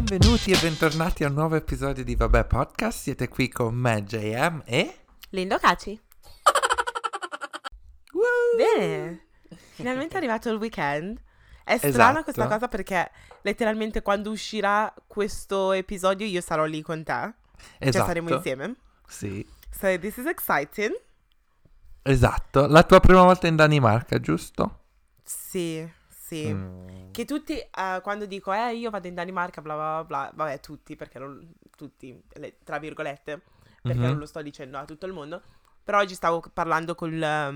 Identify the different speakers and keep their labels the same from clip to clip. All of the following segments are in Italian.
Speaker 1: Benvenuti e bentornati a un nuovo episodio di Vabbè Podcast. Siete qui con me, JM e...
Speaker 2: Lindo Caci.
Speaker 1: Woo!
Speaker 2: Bene, finalmente è arrivato il weekend. È strana
Speaker 1: Esatto.
Speaker 2: questa cosa perché letteralmente quando uscirà questo episodio io sarò lì con te. Cioè saremo
Speaker 1: Esatto.
Speaker 2: insieme.
Speaker 1: Sì,
Speaker 2: So this is exciting.
Speaker 1: esatto. La tua prima volta in Danimarca, giusto?
Speaker 2: Sì. Che tutti, quando dico io vado in Danimarca, bla bla bla, vabbè tutti, perché non tutti, tra virgolette, perché non lo sto dicendo a tutto il mondo. Però oggi stavo parlando con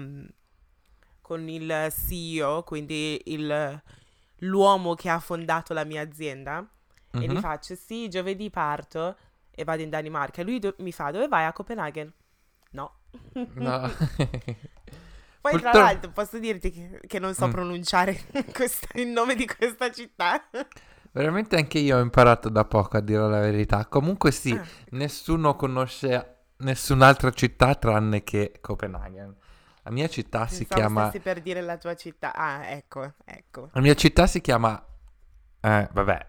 Speaker 2: il CEO, quindi l'uomo che ha fondato la mia azienda, e gli faccio, sì, giovedì parto e vado in Danimarca. E lui mi fa, dove vai? A Copenaghen? No.
Speaker 1: No.
Speaker 2: Poi tra
Speaker 1: Purtroppo-
Speaker 2: l'altro posso dirti che non so pronunciare il nome di questa città.
Speaker 1: Veramente anche io ho imparato da poco, a dire la verità. Comunque sì,
Speaker 2: Ah.
Speaker 1: nessuno conosce nessun'altra città tranne che Copenaghen. La mia città si
Speaker 2: Pensavo
Speaker 1: chiama...
Speaker 2: stessi per dire la tua città. Ah, ecco.
Speaker 1: La mia città si chiama... vabbè.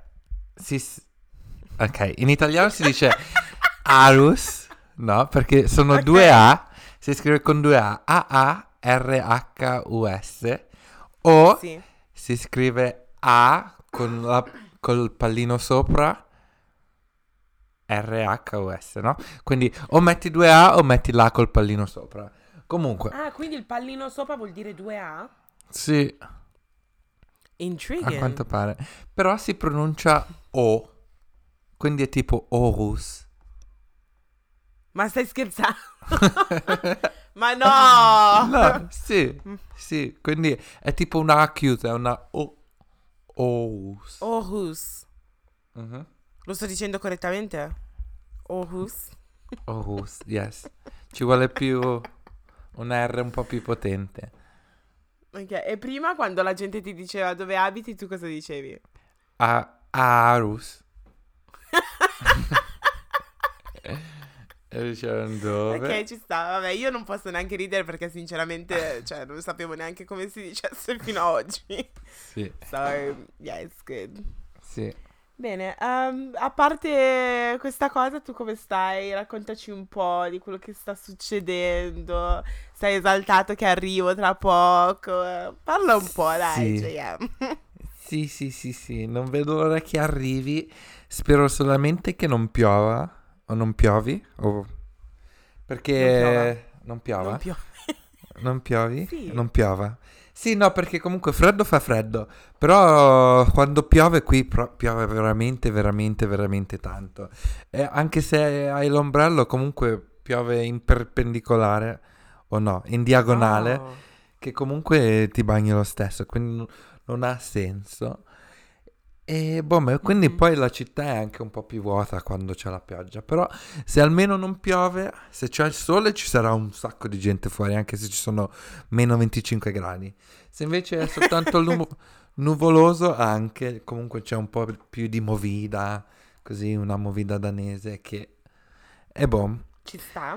Speaker 1: Ok, in italiano si dice Aarhus, no? Perché sono
Speaker 2: Ok.
Speaker 1: due A, si scrive con due A, Aarhus, o
Speaker 2: Sì.
Speaker 1: si scrive A col pallino sopra, Rhus, no? Quindi o metti due A o metti l'A col pallino sopra. Comunque,
Speaker 2: Ah, quindi il pallino sopra vuol dire 2A?
Speaker 1: sì, a
Speaker 2: Intriguing.
Speaker 1: quanto pare. Però si pronuncia O, quindi è tipo Aarhus.
Speaker 2: Ma stai scherzando? Ma no!
Speaker 1: No, sì, quindi è tipo una A chiusa, è una O. Ous.
Speaker 2: Aarhus.
Speaker 1: Mhm.
Speaker 2: Lo sto dicendo correttamente? Aarhus.
Speaker 1: Ous, yes. Ci vuole più una R un po' più potente.
Speaker 2: Ok, e prima quando la gente ti diceva dove abiti, tu cosa dicevi?
Speaker 1: Aarhus. E dicevano dove?
Speaker 2: Ok, ci sta, vabbè, io non posso neanche ridere perché sinceramente, cioè, non sapevo neanche come si dicesse fino a oggi.
Speaker 1: Sì,
Speaker 2: So, yeah, it's good.
Speaker 1: sì.
Speaker 2: Bene, a parte questa cosa, tu come stai? Raccontaci un po' di quello che sta succedendo. Sei esaltato che arrivo tra poco? Parla un po', dai,
Speaker 1: Sì.
Speaker 2: JM.
Speaker 1: Sì, non vedo l'ora che arrivi. Spero solamente che non piova. O non piovi. O... Perché... Non piova?
Speaker 2: Non piove.
Speaker 1: Non piovi?
Speaker 2: Sì.
Speaker 1: Non piova. Sì, no, perché comunque freddo fa freddo. Però quando piove qui piove veramente, veramente, veramente tanto. E anche se hai l'ombrello, comunque piove in perpendicolare. O no, in diagonale.
Speaker 2: Oh.
Speaker 1: Che comunque ti bagni lo stesso. Quindi non ha senso. E boh, quindi poi la città è anche un po' più vuota quando c'è la pioggia. Però se almeno non piove, se c'è il sole ci sarà un sacco di gente fuori, anche se ci sono meno 25 gradi. Se invece è soltanto nuvoloso, anche comunque c'è un po' più di movida, così una movida danese che... E boh,
Speaker 2: Ci sta?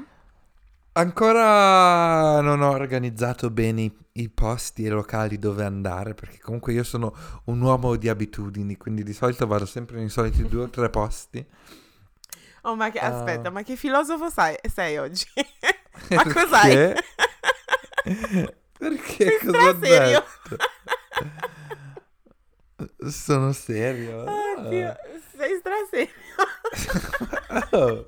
Speaker 1: ancora non ho organizzato bene i posti e i locali dove andare, perché comunque io sono un uomo di abitudini, quindi di solito vado sempre nei soliti 2 o 3 posti.
Speaker 2: Oh, ma che, aspetta, ma che filosofo sei oggi? Ma
Speaker 1: Perché?
Speaker 2: cos'hai?
Speaker 1: Perché?
Speaker 2: Sei
Speaker 1: Cosa ho
Speaker 2: straserio.
Speaker 1: detto? Sono serio?
Speaker 2: Oddio, sei straserio.
Speaker 1: Oh.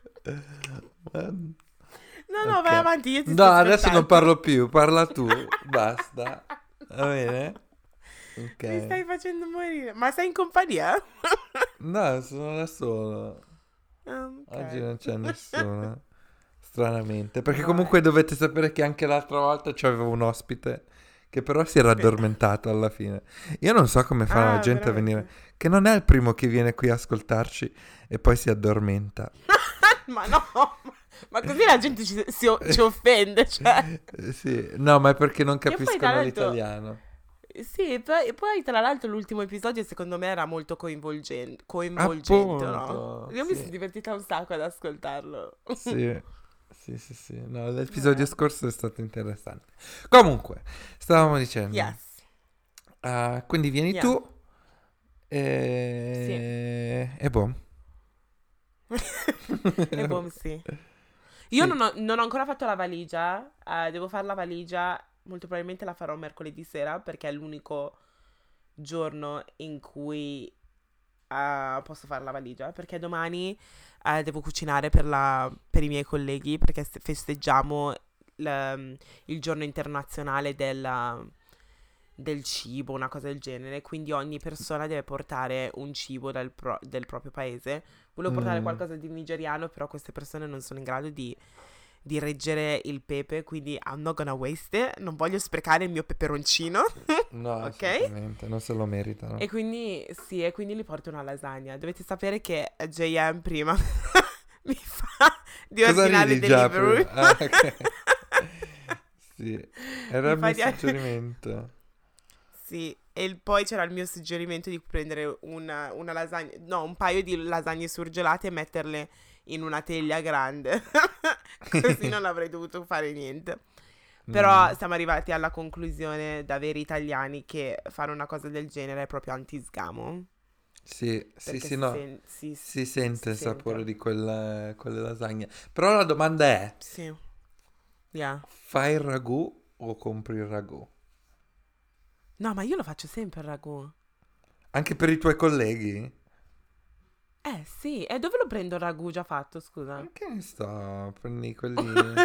Speaker 2: No,
Speaker 1: Ok.
Speaker 2: vai avanti, io ti
Speaker 1: No,
Speaker 2: sto
Speaker 1: adesso non
Speaker 2: ascoltando.
Speaker 1: parlo più, parla tu, basta. Va bene? Ok.
Speaker 2: Mi stai facendo morire. Ma sei in compagnia?
Speaker 1: No, sono da solo. Oggi
Speaker 2: Ok.
Speaker 1: non c'è nessuno. Stranamente. Perché
Speaker 2: Vai.
Speaker 1: comunque dovete sapere che anche l'altra volta c'avevo un ospite che però si era addormentato alla fine. Io non so come fa la gente a venire.
Speaker 2: Veramente?
Speaker 1: Che non è il primo che viene qui a ascoltarci e poi si addormenta.
Speaker 2: Ma no, ma così la gente ci offende, cioè.
Speaker 1: Sì, no, ma è perché non
Speaker 2: Che poi tra
Speaker 1: capiscono
Speaker 2: l'altro,
Speaker 1: l'italiano.
Speaker 2: sì, poi tra l'altro l'ultimo episodio secondo me era molto coinvolgente, no?
Speaker 1: Appunto.
Speaker 2: Io mi sono
Speaker 1: Sì,
Speaker 2: divertita un sacco ad ascoltarlo.
Speaker 1: sì. Sì. No, l'episodio scorso è stato interessante. Comunque, stavamo dicendo.
Speaker 2: Yes,
Speaker 1: Quindi vieni
Speaker 2: yeah.
Speaker 1: tu
Speaker 2: Sì.
Speaker 1: E boh.
Speaker 2: E boh, sì. Io
Speaker 1: Sì.
Speaker 2: non ho ancora fatto la valigia. Devo fare la valigia. Molto probabilmente la farò mercoledì sera perché è l'unico giorno in cui posso fare la valigia. Perché domani devo cucinare per i miei colleghi perché festeggiamo il giorno internazionale del cibo, una cosa del genere. Quindi ogni persona deve portare un cibo del proprio paese. Volevo portare
Speaker 1: Mm,
Speaker 2: qualcosa di nigeriano, però queste persone non sono in grado di reggere il pepe, quindi I'm not gonna waste it. Non voglio sprecare il mio peperoncino,
Speaker 1: no,
Speaker 2: ok?
Speaker 1: assolutamente, non se lo meritano.
Speaker 2: E quindi, sì, e quindi li porto una lasagna. Dovete sapere che JM prima mi fa di
Speaker 1: Cosa
Speaker 2: ordinare
Speaker 1: ridi già
Speaker 2: Deliveroo.
Speaker 1: prima? Ah, ok. Sì, era
Speaker 2: Mi
Speaker 1: il
Speaker 2: fa
Speaker 1: mio
Speaker 2: di...
Speaker 1: suggerimento.
Speaker 2: Sì, e poi c'era il mio suggerimento di prendere una lasagna, no, un paio di lasagne surgelate e metterle in una teglia grande. Così non avrei dovuto fare niente. Però
Speaker 1: Mm,
Speaker 2: siamo arrivati alla conclusione da veri italiani che fare una cosa del genere è proprio anti-sgamo.
Speaker 1: sì, sì,
Speaker 2: Perché
Speaker 1: sì, no. Si sente
Speaker 2: si
Speaker 1: il sapore
Speaker 2: sente.
Speaker 1: di quelle lasagne. Però la domanda è,
Speaker 2: Sì, yeah.
Speaker 1: fai il ragù o compri il ragù?
Speaker 2: No, ma io lo faccio sempre il ragù.
Speaker 1: Anche per i tuoi colleghi?
Speaker 2: Sì. E dove lo prendo il ragù già fatto, scusa?
Speaker 1: Che ne so, prendi quelli...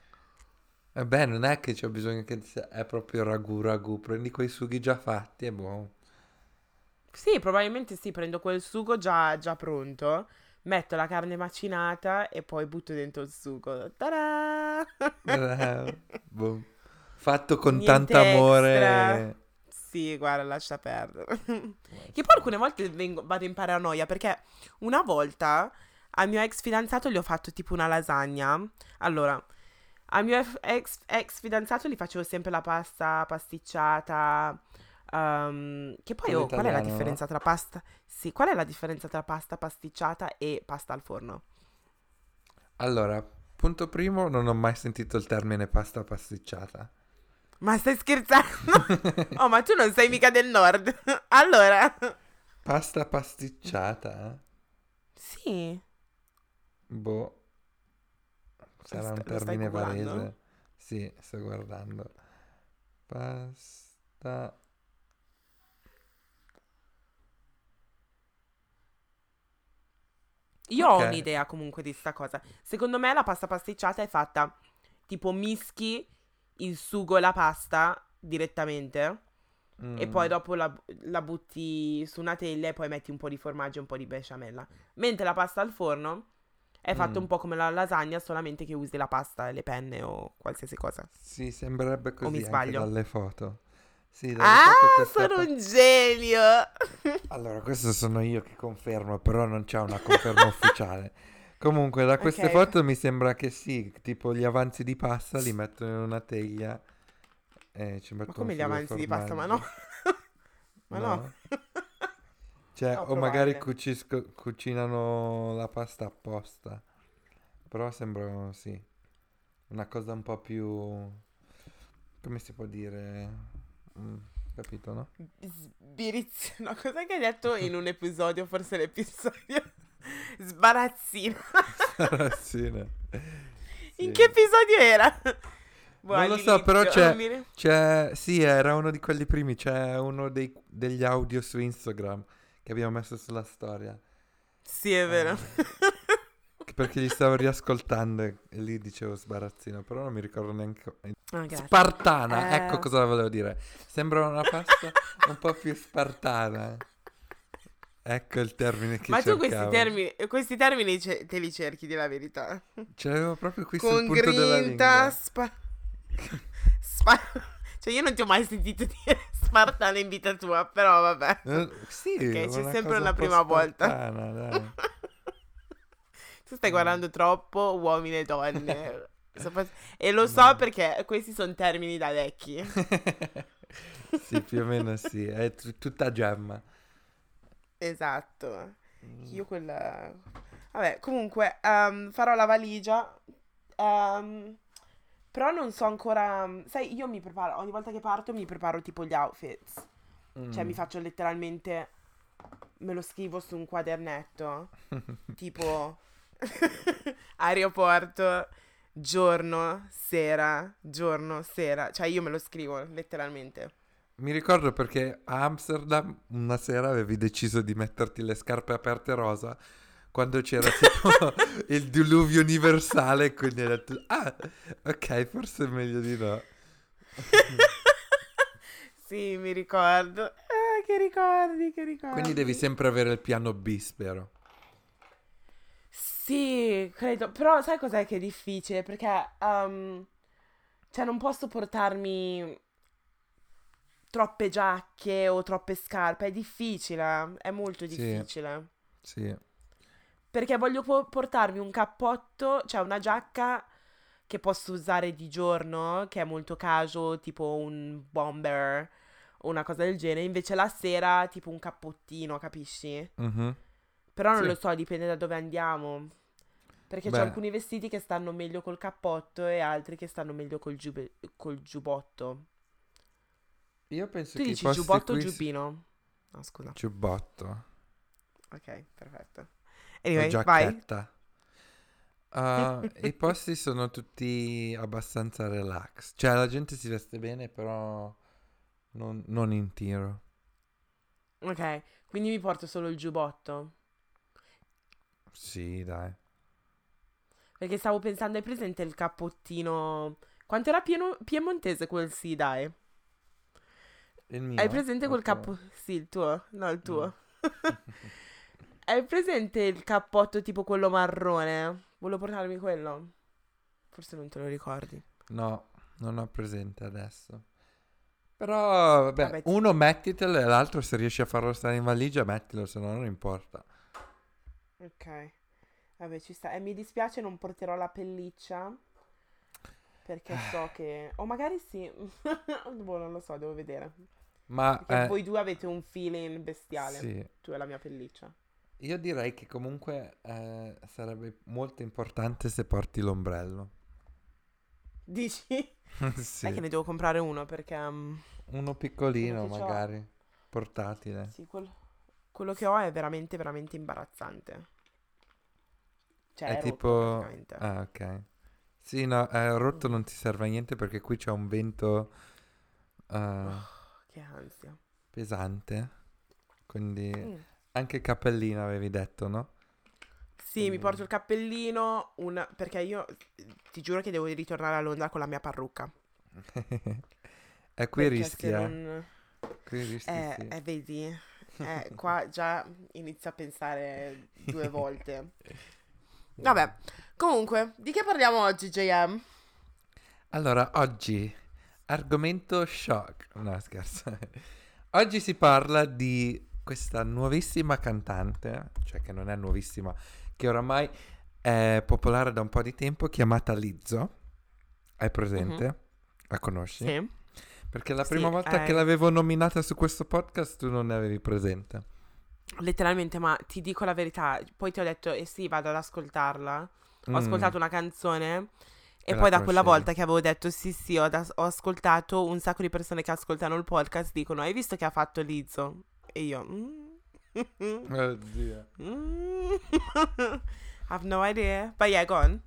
Speaker 1: Beh, non è che c'è bisogno che è proprio ragù ragù, prendi quei sughi già fatti e buono.
Speaker 2: Sì, probabilmente sì, prendo quel sugo già pronto, metto la carne macinata e poi butto dentro il sugo. Ta-da!
Speaker 1: Boh. Fatto con
Speaker 2: Niente
Speaker 1: tanto
Speaker 2: extra.
Speaker 1: amore.
Speaker 2: Sì, guarda, lascia perdere.
Speaker 1: Ma
Speaker 2: Che poi
Speaker 1: sì.
Speaker 2: alcune volte vado in paranoia perché una volta al mio ex fidanzato gli ho fatto tipo una lasagna. Allora, al mio ex fidanzato gli facevo sempre la pasta pasticciata. Che poi,
Speaker 1: Quello
Speaker 2: oh, qual è la
Speaker 1: italiano, no?
Speaker 2: differenza tra pasta? Sì, qual è la differenza tra pasta pasticciata e pasta al forno?
Speaker 1: Allora, punto primo, non ho mai sentito il termine pasta pasticciata.
Speaker 2: Ma stai scherzando? Oh, ma tu non sei mica del nord. Allora,
Speaker 1: Pasta pasticciata?
Speaker 2: sì,
Speaker 1: Boh, sarà un
Speaker 2: lo stai
Speaker 1: termine
Speaker 2: googlando?
Speaker 1: varese. Sì, sto guardando. Pasta...
Speaker 2: Io
Speaker 1: Ok.
Speaker 2: ho un'idea comunque di sta cosa. Secondo me la pasta pasticciata è fatta tipo mischi il sugo e la pasta direttamente e poi
Speaker 1: Mm,
Speaker 2: dopo la butti su una teglia e poi metti un po' di formaggio e un po' di besciamella. Mentre la pasta al forno è fatta un
Speaker 1: mm.
Speaker 2: po' come la lasagna, solamente che usi la pasta e le penne o qualsiasi cosa.
Speaker 1: Sì, sembrerebbe
Speaker 2: O mi
Speaker 1: così anche
Speaker 2: sbaglio?
Speaker 1: dalle foto. Sì, dalle foto
Speaker 2: Ah,
Speaker 1: questa...
Speaker 2: sono un genio!
Speaker 1: Allora, questo sono io che confermo, però non c'è una conferma ufficiale. Comunque, da
Speaker 2: Ok.
Speaker 1: queste foto mi sembra che sì, tipo gli avanzi di pasta li mettono in una teglia e ci
Speaker 2: Ma
Speaker 1: mettono
Speaker 2: come gli
Speaker 1: su del
Speaker 2: avanzi di pasta? Ma no.
Speaker 1: formaggio.
Speaker 2: Ma no.
Speaker 1: No? Cioè,
Speaker 2: No,
Speaker 1: o magari
Speaker 2: probabile.
Speaker 1: cucinano la pasta apposta. Però sembra, sì, una cosa un po' più... come si può dire? Mm, capito, no?
Speaker 2: No, cos'è che hai detto in un episodio? Forse l'episodio sbarazzino.
Speaker 1: Sarazzina.
Speaker 2: In che
Speaker 1: Sì.
Speaker 2: episodio era? Boh,
Speaker 1: Non lo so, però
Speaker 2: all'inizio, non mi...
Speaker 1: sì, era uno di quelli primi, c'è uno degli audio su Instagram che abbiamo messo sulla storia.
Speaker 2: Sì, è vero.
Speaker 1: Eh, perché gli stavo riascoltando e lì dicevo sbarazzino, però non mi ricordo neanche.
Speaker 2: Ah, grazie.
Speaker 1: Spartana, ecco cosa volevo dire. Sembra una pasta un po' più spartana. Ecco il termine che
Speaker 2: Ma tu
Speaker 1: cercavo.
Speaker 2: questi termini te li cerchi, di la verità.
Speaker 1: Ce l'avevo proprio qui sul
Speaker 2: Con
Speaker 1: punto della
Speaker 2: grinta,
Speaker 1: lingua.
Speaker 2: spa- Cioè, io non ti ho mai sentito dire spartana in vita tua, però vabbè.
Speaker 1: Sì,
Speaker 2: Ok, c'è
Speaker 1: una
Speaker 2: sempre
Speaker 1: cosa un
Speaker 2: una
Speaker 1: po'
Speaker 2: prima volta.
Speaker 1: spartana, dai.
Speaker 2: Tu stai
Speaker 1: Mm.
Speaker 2: guardando troppo uomini e donne. E lo so
Speaker 1: No.
Speaker 2: perché questi sono termini da vecchi.
Speaker 1: Sì, più o meno sì, è tutta gemma.
Speaker 2: Esatto.
Speaker 1: Mm,
Speaker 2: Io quella... Vabbè, comunque, farò la valigia. ehm, Però non so ancora... Sai, io mi preparo... Ogni volta che parto mi preparo tipo gli outfits. Cioè, mi
Speaker 1: mm,
Speaker 2: faccio letteralmente me lo scrivo su un quadernetto, tipo aeroporto, giorno, sera, cioè io me lo scrivo letteralmente.
Speaker 1: Mi ricordo perché a Amsterdam una sera avevi deciso di metterti le scarpe aperte rosa quando c'era tipo il diluvio universale, quindi hai detto, ah, ok, forse è meglio di no.
Speaker 2: Sì, mi ricordo. Che ricordi, che
Speaker 1: Quindi devi
Speaker 2: ricordi.
Speaker 1: sempre avere il piano B, spero.
Speaker 2: Sì, credo. Però sai cos'è che è difficile? Perché, cioè, non posso portarmi troppe giacche o troppe scarpe. È difficile, è molto
Speaker 1: Sì,
Speaker 2: difficile.
Speaker 1: sì,
Speaker 2: Perché voglio portarmi un cappotto, cioè una giacca che posso usare di giorno, che è molto casual, tipo un bomber o una cosa del genere. Invece la sera, tipo un cappottino, capisci?
Speaker 1: mhm,
Speaker 2: Però non
Speaker 1: sì.
Speaker 2: lo so, dipende da dove andiamo. Perché c'ho
Speaker 1: Beh,
Speaker 2: alcuni vestiti che stanno meglio col cappotto e altri che stanno meglio col giubbotto.
Speaker 1: io penso
Speaker 2: Tu
Speaker 1: che i
Speaker 2: dici
Speaker 1: posti
Speaker 2: giubbotto o
Speaker 1: qui...
Speaker 2: giubbino? No, scusa.
Speaker 1: Giubbotto
Speaker 2: Ok, perfetto.
Speaker 1: o
Speaker 2: Anyway, vai.
Speaker 1: giacchetta. I posti sono tutti abbastanza relax. Cioè, la gente si veste bene, però non in tiro.
Speaker 2: Ok, quindi mi porto solo il giubbotto.
Speaker 1: Sì, dai.
Speaker 2: Perché stavo pensando, hai presente il cappottino... Quanto era piemontese quel sì, dai.
Speaker 1: Il
Speaker 2: Hai
Speaker 1: mio?
Speaker 2: presente
Speaker 1: O il
Speaker 2: quel
Speaker 1: tuo?
Speaker 2: capo... Sì, il tuo. No, il
Speaker 1: Mm.
Speaker 2: tuo. Hai presente il cappotto tipo quello marrone? Volevo portarmi quello. Forse non te lo ricordi.
Speaker 1: No, non ho presente adesso. Però, vabbè,
Speaker 2: Vabbè,
Speaker 1: uno mettitelo e l'altro se riesci a farlo stare in valigia mettilo, se no non importa.
Speaker 2: ok. Vabbè, ci sta. E mi dispiace non porterò la pelliccia. Perché so che... O magari sì. Boh, non lo so, devo vedere.
Speaker 1: Ma,
Speaker 2: Perché voi due avete un feeling bestiale.
Speaker 1: sì,
Speaker 2: Tu e la mia pelliccia.
Speaker 1: io direi che comunque sarebbe molto importante se porti l'ombrello.
Speaker 2: Dici? Sai che
Speaker 1: Sì,
Speaker 2: ne devo comprare uno perché
Speaker 1: uno
Speaker 2: quello
Speaker 1: piccolino
Speaker 2: che ho,
Speaker 1: magari, portatile.
Speaker 2: sì, quello che ho è veramente, veramente imbarazzante. Cioè,
Speaker 1: È
Speaker 2: è rotto
Speaker 1: tipo...
Speaker 2: praticamente.
Speaker 1: Ah, ok. Sì, no, rotto
Speaker 2: Mhm.
Speaker 1: non ti serve a niente perché qui c'è un vento eh,
Speaker 2: Che ansia.
Speaker 1: pesante, quindi
Speaker 2: Mm.
Speaker 1: anche cappellino avevi detto, no?
Speaker 2: Sì, mi
Speaker 1: Quindi...
Speaker 2: porto il cappellino, perché io ti giuro che devo ritornare a Londra con la mia parrucca.
Speaker 1: E qui
Speaker 2: Perché
Speaker 1: rischi,
Speaker 2: se non...
Speaker 1: Qui rischi, sì.
Speaker 2: vedi, qua già inizio a pensare due volte. Vabbè, comunque, di che parliamo oggi, JM?
Speaker 1: Allora, oggi, argomento shock. No, scherzo. Oggi si parla di questa nuovissima cantante, cioè che non è nuovissima, che oramai è popolare da un po' di tempo, chiamata Lizzo. Hai
Speaker 2: Mhm.
Speaker 1: presente? La conosci?
Speaker 2: Sì,
Speaker 1: Perché la
Speaker 2: sì,
Speaker 1: prima volta che l'avevo nominata su questo podcast tu non ne avevi presente.
Speaker 2: letteralmente, ma ti dico la verità, poi ti ho detto, eh sì, vado ad ascoltarla. Ho
Speaker 1: Mm,
Speaker 2: ascoltato una canzone
Speaker 1: e
Speaker 2: e
Speaker 1: la
Speaker 2: poi da quella
Speaker 1: conoscevi.
Speaker 2: volta che avevo detto sì, sì, ho ascoltato un sacco di persone che ascoltano il podcast dicono, hai visto che ha fatto Lizzo? E io,
Speaker 1: Oddio.
Speaker 2: mm. Have no idea. But yeah, go on.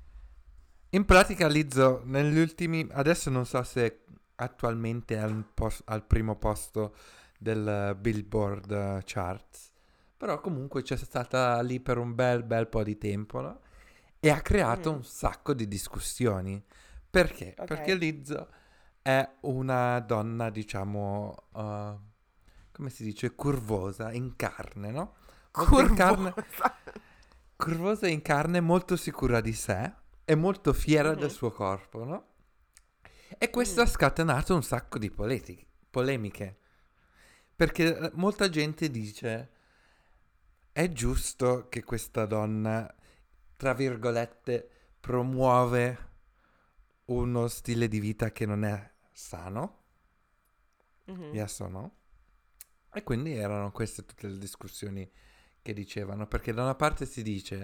Speaker 1: In pratica Lizzo negli ultimi... Adesso non so se attualmente è al primo posto del Billboard Charts, però comunque c'è stata lì per un bel po' di tempo, no? E ha creato
Speaker 2: Mhm.
Speaker 1: un sacco di discussioni. Perché? Perché
Speaker 2: Ok.
Speaker 1: Lizzo è una donna, diciamo, come si dice, curvosa, in carne, no? Molto in carne,
Speaker 2: Curvosa.
Speaker 1: curvosa in carne, molto sicura di sé e molto fiera del
Speaker 2: Mhm.
Speaker 1: suo corpo, no? E questo ha
Speaker 2: Mhm.
Speaker 1: scatenato un sacco di polemiche, perché molta gente dice è giusto che questa donna, tra virgolette, promuove uno stile di vita che non è sano,
Speaker 2: Mhm.
Speaker 1: yes o no? E quindi erano queste tutte le discussioni che dicevano, perché da una parte si dice,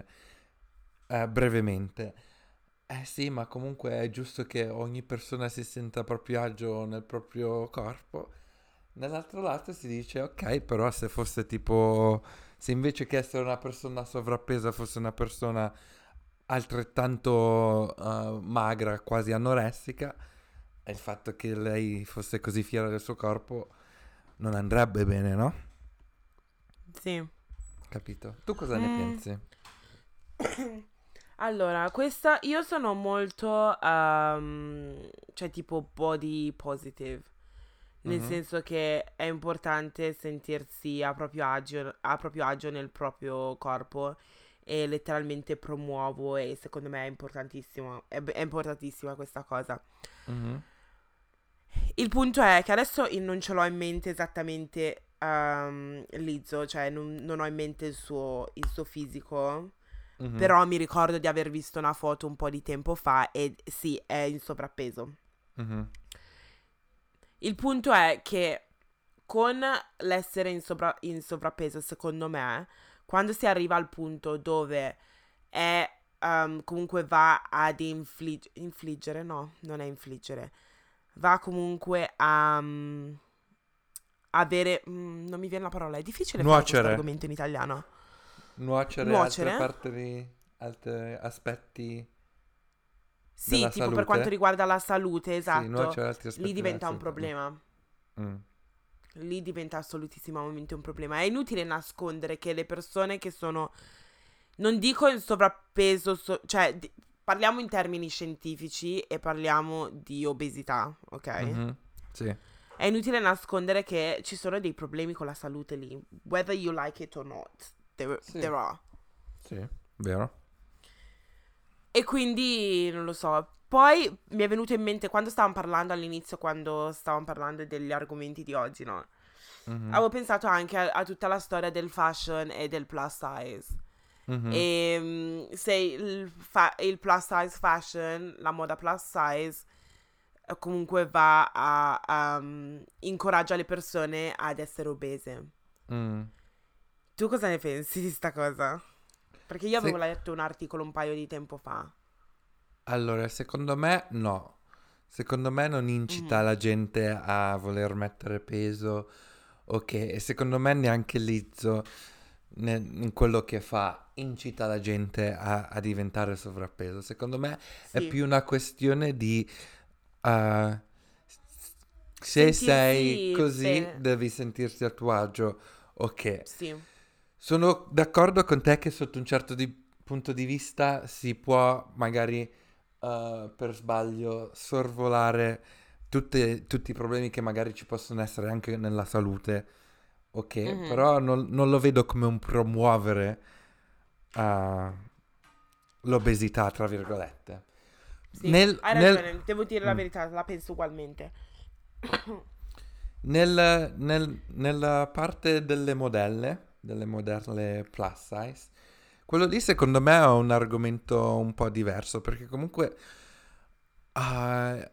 Speaker 1: brevemente, eh sì, ma comunque è giusto che ogni persona si senta a proprio agio nel proprio corpo. Dall'altro lato si dice, ok, però se fosse tipo, se invece che essere una persona sovrappesa fosse una persona altrettanto magra, quasi anoressica, e il fatto che lei fosse così fiera del suo corpo non andrebbe bene, no?
Speaker 2: Sì.
Speaker 1: Capito? Tu cosa ne
Speaker 2: Mm.
Speaker 1: pensi?
Speaker 2: Allora, questa io sono molto, cioè tipo body positive, nel
Speaker 1: Mhm,
Speaker 2: senso che è importante sentirsi a proprio agio nel proprio corpo e letteralmente promuovo e secondo me è importantissimo, è importantissima questa cosa.
Speaker 1: mhm,
Speaker 2: Il punto è che adesso io non ce l'ho in mente esattamente Lizzo, cioè non ho in mente il suo fisico,
Speaker 1: mhm,
Speaker 2: però mi ricordo di aver visto una foto un po' di tempo fa e sì, è in sovrappeso.
Speaker 1: mhm,
Speaker 2: Il punto è che con l'essere in sovrappeso, secondo me, quando si arriva al punto dove è comunque va ad infliggere, no, non è infliggere, va comunque a avere, non mi viene la parola, è difficile fare questo
Speaker 1: Nuocere.
Speaker 2: argomento in italiano.
Speaker 1: Nuocere altre
Speaker 2: Nuocere?
Speaker 1: parti, altri aspetti
Speaker 2: Sì,
Speaker 1: della
Speaker 2: tipo per quanto
Speaker 1: salute?
Speaker 2: riguarda la salute,
Speaker 1: Sì,
Speaker 2: esatto,
Speaker 1: nuocere altri
Speaker 2: lì
Speaker 1: aspetti della
Speaker 2: diventa un
Speaker 1: salute. Mm,
Speaker 2: problema.
Speaker 1: mm,
Speaker 2: Lì diventa assolutissimamente un problema. È inutile nascondere che le persone che sono, non dico in sovrappeso, cioè parliamo in termini scientifici e parliamo di obesità, ok?
Speaker 1: mhm, sì,
Speaker 2: È inutile nascondere che ci sono dei problemi con la salute lì, whether you like it or not,
Speaker 1: sì,
Speaker 2: there are.
Speaker 1: sì, vero.
Speaker 2: E quindi non lo so. Poi mi è venuto in mente quando stavamo parlando all'inizio, quando stavamo parlando degli argomenti di oggi, no?
Speaker 1: Mhm,
Speaker 2: Avevo pensato anche a tutta la storia del fashion e del plus size.
Speaker 1: mhm,
Speaker 2: E se il plus size fashion, la moda plus size, comunque va incoraggia le persone ad essere obese.
Speaker 1: mm.
Speaker 2: Tu cosa ne pensi di sta cosa? Perché io avevo
Speaker 1: Se-
Speaker 2: letto un articolo un paio di tempo fa.
Speaker 1: allora, secondo me no. Secondo me non incita
Speaker 2: Mhm.
Speaker 1: la gente a voler mettere peso, ok, e secondo me neanche Lizzo in quello che fa incita la gente a diventare sovrappeso. Secondo me è
Speaker 2: Sì.
Speaker 1: più una questione di eh, se sei
Speaker 2: Sentirsi
Speaker 1: così
Speaker 2: bene.
Speaker 1: devi sentirsi a tuo agio, ok.
Speaker 2: Sì.
Speaker 1: Sono d'accordo con te che sotto un certo punto di vista si può magari per sbaglio sorvolare tutti i problemi che magari ci possono essere anche nella salute, ok?
Speaker 2: Mhm.
Speaker 1: Però non lo vedo come un promuovere eh, l'obesità, tra virgolette.
Speaker 2: Sì,
Speaker 1: Nel,
Speaker 2: hai
Speaker 1: nel,
Speaker 2: ragione. Devo dire la
Speaker 1: mm.
Speaker 2: verità, la penso ugualmente.
Speaker 1: Nella parte delle modelle plus size, quello lì secondo me è un argomento un po' diverso perché comunque ah,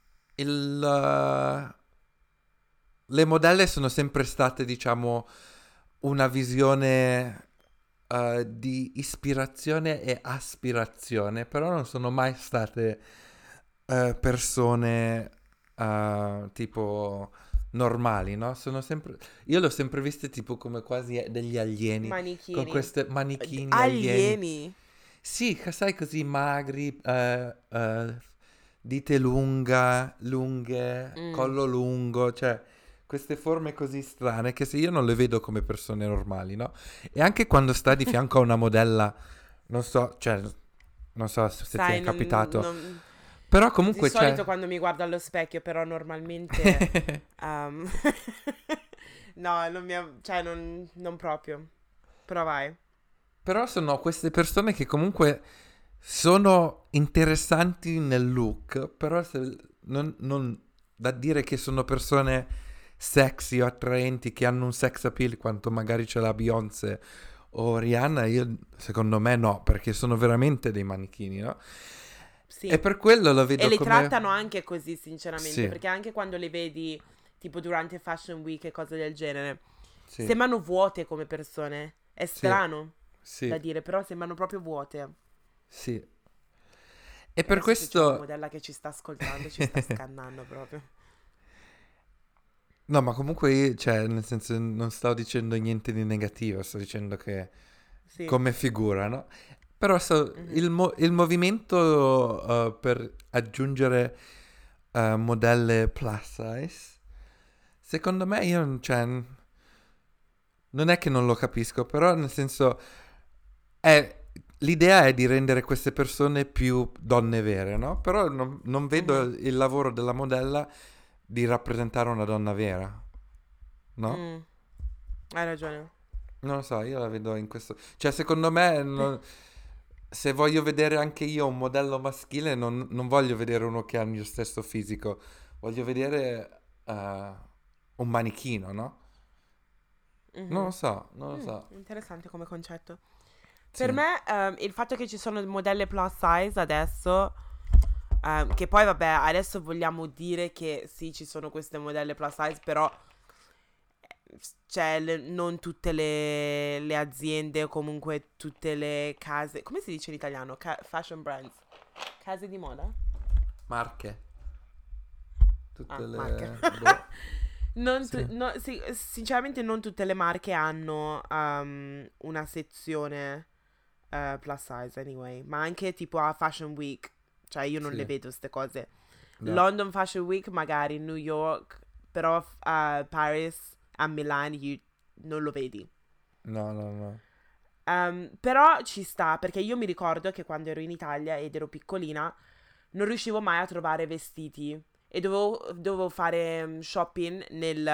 Speaker 1: il, le modelle sono sempre state, diciamo, una visione di ispirazione e aspirazione, però non sono mai state persone tipo normali, no? Sono sempre... Io le ho sempre viste tipo come quasi degli alieni, con
Speaker 2: Manichini.
Speaker 1: queste manichini alieni.
Speaker 2: Alieni.
Speaker 1: Sì, sai, così magri, dita lunghe,
Speaker 2: Mm.
Speaker 1: collo lungo, cioè queste forme così strane che se io non le vedo come persone normali, no? E anche quando sta di fianco a una modella, non so, cioè, non so se ti è
Speaker 2: Sai,
Speaker 1: capitato, però
Speaker 2: di
Speaker 1: comunque
Speaker 2: solito
Speaker 1: c'è...
Speaker 2: quando mi guardo allo specchio, però normalmente... ehm, no, non mi... cioè, non proprio. Però vai.
Speaker 1: Però sono queste persone che comunque sono interessanti nel look, però non da dire che sono persone sexy o attraenti che hanno un sex appeal quanto magari ce l'ha Beyoncé o Rihanna, io secondo me no, perché sono veramente dei manichini, no? E
Speaker 2: Sì.
Speaker 1: per quello lo
Speaker 2: E
Speaker 1: vedo
Speaker 2: le
Speaker 1: come...
Speaker 2: trattano anche così, sinceramente,
Speaker 1: Sì,
Speaker 2: perché anche quando le vedi, tipo durante Fashion Week e cose del genere,
Speaker 1: sì,
Speaker 2: sembrano vuote come persone. È
Speaker 1: sì,
Speaker 2: strano da
Speaker 1: sì,
Speaker 2: dire, però sembrano proprio vuote.
Speaker 1: sì. E per
Speaker 2: Adesso se c'è una
Speaker 1: questo...
Speaker 2: modella che ci sta ascoltando, ci sta scannando proprio.
Speaker 1: No, ma comunque, cioè, nel senso, non sto dicendo niente di negativo, sto dicendo che
Speaker 2: Sì.
Speaker 1: come figura, no? Però
Speaker 2: Mhm.
Speaker 1: il movimento per aggiungere modelle plus size, secondo me io, cioè, non è che non lo capisco, però nel senso, l'idea è di rendere queste persone più donne vere, no? Però non vedo
Speaker 2: Mhm.
Speaker 1: il lavoro della modella di rappresentare una donna vera, no?
Speaker 2: Mm, hai ragione.
Speaker 1: Non lo so, io la vedo in questo. Cioè, secondo me, se voglio vedere anche io un modello maschile, non voglio vedere uno che ha il mio stesso fisico, voglio vedere un manichino, no? Non lo
Speaker 2: Mhm.
Speaker 1: so, non lo so.
Speaker 2: Interessante come concetto. Per
Speaker 1: Sì.
Speaker 2: me, il fatto che ci sono modelle plus size adesso, che poi vabbè, adesso vogliamo dire che sì, ci sono queste modelle plus size, però cioè non tutte le aziende o comunque tutte le case, come si dice in italiano? Fashion brands, case di moda?
Speaker 1: Marche. Tutte
Speaker 2: Ah, marche.
Speaker 1: le. Boh. Sì.
Speaker 2: Sì, sinceramente non tutte le marche hanno una sezione plus size anyway, ma anche tipo a Fashion Week, cioè io non le
Speaker 1: Sì.
Speaker 2: vedo queste cose.
Speaker 1: No.
Speaker 2: London Fashion Week magari, New York, però a Paris, a Milan non lo vedi.
Speaker 1: No, no, no.
Speaker 2: Però ci sta, perché io mi ricordo che quando ero in Italia ed ero piccolina, non riuscivo mai a trovare vestiti e dovevo fare shopping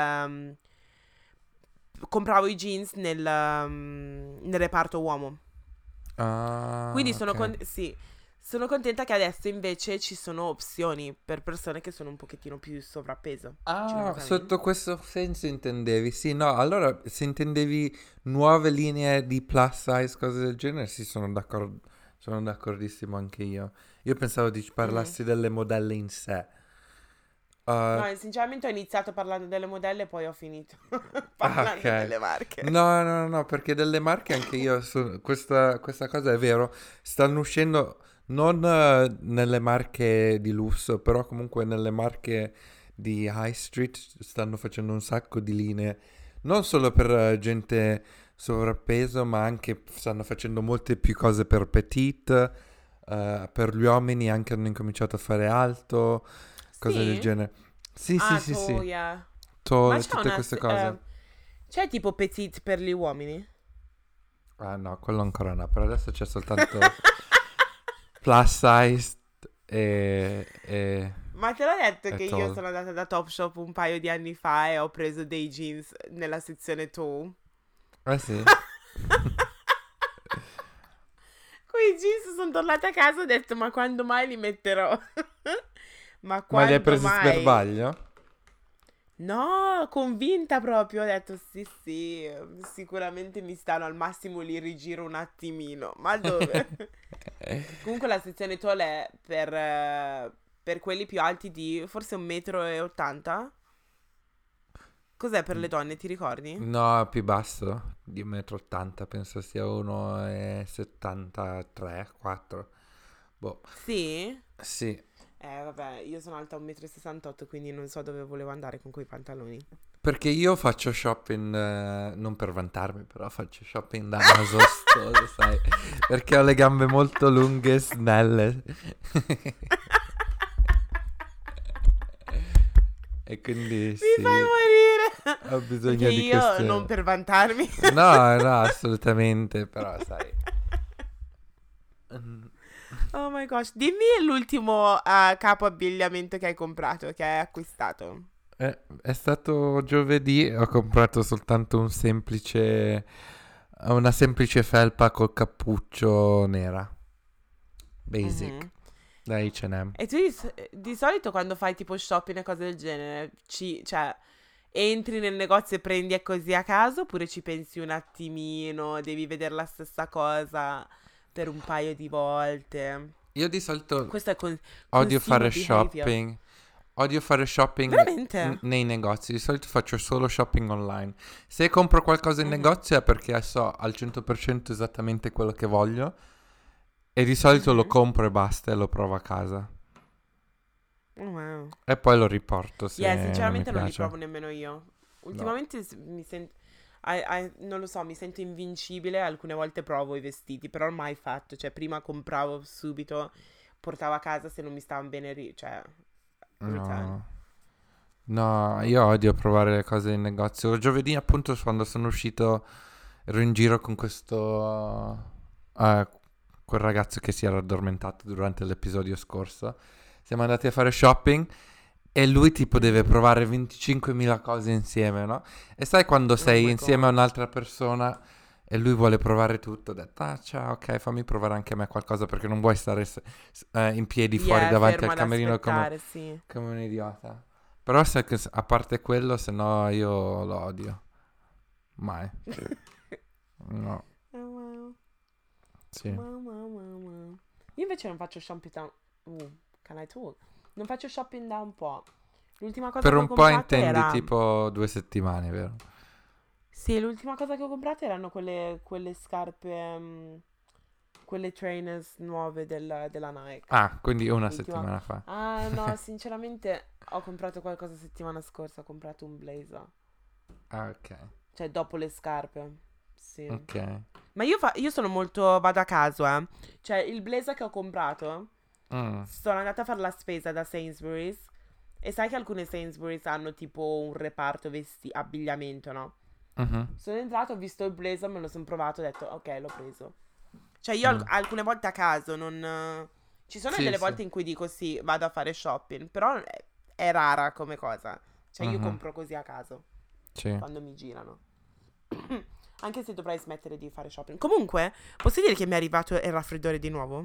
Speaker 2: compravo i jeans nel reparto uomo. Quindi
Speaker 1: Ah, ok.
Speaker 2: sì, sono contenta che adesso invece ci sono opzioni per persone che sono un pochettino più sovrappeso. Do you know
Speaker 1: Ah,
Speaker 2: what I mean?
Speaker 1: sotto questo senso intendevi? Sì, no, allora se intendevi nuove linee di plus size, cose del genere, sì, sono d'accordo, sono d'accordissimo anche io. Io pensavo di
Speaker 2: Mhm.
Speaker 1: parlassi delle modelle in sé. Uh,
Speaker 2: No, sinceramente ho iniziato parlando delle modelle e poi ho finito parlando
Speaker 1: ok.
Speaker 2: delle marche.
Speaker 1: No, no, no, perché delle marche anche io, questa cosa è vero, stanno uscendo non nelle marche di lusso, però comunque nelle marche di high street stanno facendo un sacco di linee, non solo per gente sovrappeso, ma anche stanno facendo molte più cose per petite, per gli uomini anche hanno incominciato a fare alto, cose del
Speaker 2: Sì?
Speaker 1: genere. Sì, sì,
Speaker 2: Ah,
Speaker 1: sì, sì,
Speaker 2: Toya. Ma c'è
Speaker 1: tutte queste cose.
Speaker 2: c'è tipo petite per gli uomini?
Speaker 1: Ah no, quello ancora no, per adesso c'è soltanto plus size e,
Speaker 2: Ma te l'ho detto
Speaker 1: e
Speaker 2: che io
Speaker 1: tall.
Speaker 2: sono andata da Topshop un paio di anni fa e ho preso dei jeans nella sezione tall.
Speaker 1: Eh sì.
Speaker 2: Quei jeans sono tornata a casa e ho detto ma quando mai li metterò? Ma
Speaker 1: Ma li hai
Speaker 2: quando
Speaker 1: presi per
Speaker 2: mai?
Speaker 1: sbaglio?
Speaker 2: No, convinta proprio, ho detto sì sì, sicuramente mi stanno, al massimo li rigiro un attimino, ma dove? Comunque la sezione tall è per quelli più alti di forse 1,80 m. Cos'è per le donne, ti ricordi?
Speaker 1: No, più basso, di 1,80 m, penso sia 1,73, 4. Boh,
Speaker 2: Sì?
Speaker 1: sì.
Speaker 2: Vabbè, io sono alta 1,68 m, quindi non so dove volevo andare con quei pantaloni.
Speaker 1: Perché io faccio shopping, non per vantarmi, però faccio shopping da naso, lo sai, perché ho le gambe molto lunghe e snelle. E quindi
Speaker 2: Mi fai
Speaker 1: sì,
Speaker 2: morire!
Speaker 1: ho
Speaker 2: Perché
Speaker 1: bisogno di
Speaker 2: io, non
Speaker 1: queste.
Speaker 2: per vantarmi.
Speaker 1: No, no, assolutamente, però sai. Mm,
Speaker 2: Oh my gosh, dimmi l'ultimo capo abbigliamento che hai comprato, che hai acquistato.
Speaker 1: È stato giovedì, ho comprato soltanto una semplice felpa col cappuccio nera, basic,
Speaker 2: Mhm.
Speaker 1: da H&M.
Speaker 2: E tu di solito quando fai tipo shopping e cose del genere, cioè, entri nel negozio e prendi e così a caso oppure ci pensi un attimino, devi vedere la stessa cosa per un paio di volte?
Speaker 1: Io di solito
Speaker 2: Questo è
Speaker 1: odio
Speaker 2: consumer
Speaker 1: fare
Speaker 2: behavior.
Speaker 1: shopping. Odio fare shopping
Speaker 2: Veramente?
Speaker 1: nei negozi. Di solito faccio solo shopping online. Se compro qualcosa in
Speaker 2: Mhm,
Speaker 1: negozio è perché so al 100% esattamente quello che voglio. E di solito lo
Speaker 2: mhm.
Speaker 1: compro e basta e lo provo a casa.
Speaker 2: Wow.
Speaker 1: E poi lo riporto se non mi
Speaker 2: sinceramente non li
Speaker 1: piace.
Speaker 2: provo nemmeno io. Ultimamente mi sento... non lo so, mi sento invincibile. Alcune volte provo i vestiti, però ormai fatto. Cioè, prima compravo subito, portavo a casa se non mi stavano bene, cioè, return.
Speaker 1: No. No, io odio provare le cose in negozio. Giovedì, appunto, quando sono uscito, ero in giro con quel ragazzo che si era addormentato durante l'episodio scorso. Siamo andati a fare shopping e lui tipo deve provare 25.000 cose insieme, no? E sai quando
Speaker 2: Oh
Speaker 1: sei
Speaker 2: my
Speaker 1: insieme a
Speaker 2: god.
Speaker 1: un'altra persona e lui vuole provare tutto? Ho detto, ah, ciao, ok, fammi provare anche a me qualcosa perché non vuoi stare in piedi fuori davanti
Speaker 2: Fermo
Speaker 1: al
Speaker 2: ad
Speaker 1: camerino
Speaker 2: aspettare, sì.
Speaker 1: come un idiota. Però a parte quello, se no io lo odio. Mai. No,
Speaker 2: Oh, wow.
Speaker 1: sì.
Speaker 2: Wow, wow, wow, wow. Io invece non faccio shopping da... can I talk? Non faccio shopping da un po'. L'ultima cosa
Speaker 1: Per
Speaker 2: che ho
Speaker 1: un po'
Speaker 2: comprato
Speaker 1: intendi
Speaker 2: era...
Speaker 1: tipo 2 settimane, vero?
Speaker 2: Sì, l'ultima cosa che ho comprato erano quelle scarpe... quelle trainers nuove della Nike.
Speaker 1: Ah, quindi una
Speaker 2: L'ultima...
Speaker 1: settimana fa.
Speaker 2: Ah, no, sinceramente ho comprato qualcosa settimana scorsa. Ho comprato un blazer.
Speaker 1: Ah, ok.
Speaker 2: Cioè, dopo le scarpe. Sì.
Speaker 1: Ok.
Speaker 2: Ma io sono molto... vado a caso, eh. Cioè, il blazer che ho comprato...
Speaker 1: Mm,
Speaker 2: Sono andata a fare la spesa da Sainsbury's. E sai che alcune Sainsbury's hanno tipo un reparto abbigliamento, no?
Speaker 1: mhm,
Speaker 2: Sono entrato, ho visto il blazer, me lo sono provato, ho detto ok, l'ho preso. Cioè io
Speaker 1: mm.
Speaker 2: alcune volte a caso non... Ci sono
Speaker 1: Sì,
Speaker 2: delle
Speaker 1: sì.
Speaker 2: volte in cui dico sì, vado a fare shopping, però è rara come cosa. Cioè io
Speaker 1: Mhm,
Speaker 2: compro così a caso,
Speaker 1: sì.
Speaker 2: quando mi girano. Anche se dovrei smettere di fare shopping. Comunque, posso dire che mi è arrivato il raffreddore di nuovo?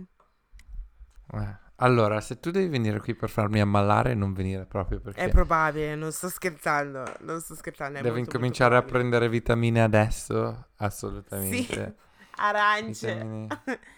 Speaker 1: Allora, se tu devi venire qui per farmi ammalare, non venire proprio
Speaker 2: È
Speaker 1: perché
Speaker 2: probabile, non sto scherzando. Non sto scherzando, è
Speaker 1: devo
Speaker 2: molto molto
Speaker 1: incominciare a
Speaker 2: probabile.
Speaker 1: prendere vitamine adesso.
Speaker 2: Sì,
Speaker 1: Assolutamente.
Speaker 2: arance.
Speaker 1: Vitamine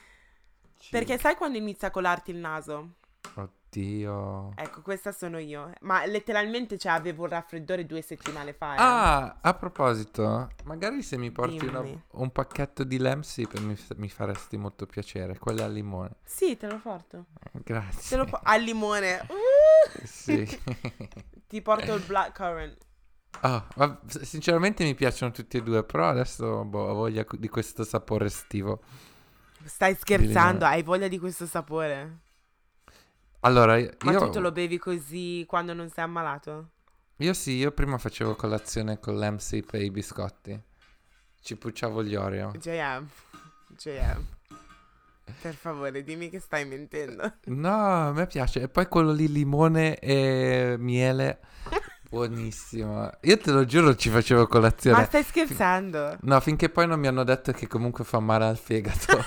Speaker 1: C.
Speaker 2: Perché sai quando inizia a colarti il naso?
Speaker 1: Oddio.
Speaker 2: Ecco, questa sono io. Ma letteralmente, cioè, avevo un raffreddore 2 settimane fa, eh.
Speaker 1: Ah, a proposito, magari se mi porti
Speaker 2: Dimmi.
Speaker 1: un pacchetto di Lemsip mi faresti molto piacere, quelle al limone.
Speaker 2: Sì, te lo porto.
Speaker 1: Grazie.
Speaker 2: Al limone.
Speaker 1: Sì.
Speaker 2: Ti porto il blackcurrant.
Speaker 1: Ah, sinceramente mi piacciono tutti e due, però adesso boh, ho voglia di questo sapore estivo
Speaker 2: Stai
Speaker 1: di limone.
Speaker 2: scherzando? Hai voglia di questo sapore?
Speaker 1: Allora,
Speaker 2: Ma tu te lo
Speaker 1: io,
Speaker 2: bevi così quando non sei ammalato?
Speaker 1: io sì, io prima facevo colazione con l'Emsip e i biscotti. Ci pucciavo gli Oreo.
Speaker 2: JM. JM. Per favore, dimmi che stai mentendo.
Speaker 1: No, a me piace. E poi quello lì limone e miele, buonissimo. Io te lo giuro, ci facevo
Speaker 2: Ma
Speaker 1: colazione.
Speaker 2: stai scherzando?
Speaker 1: No, finché poi non mi hanno detto che comunque fa male al fegato.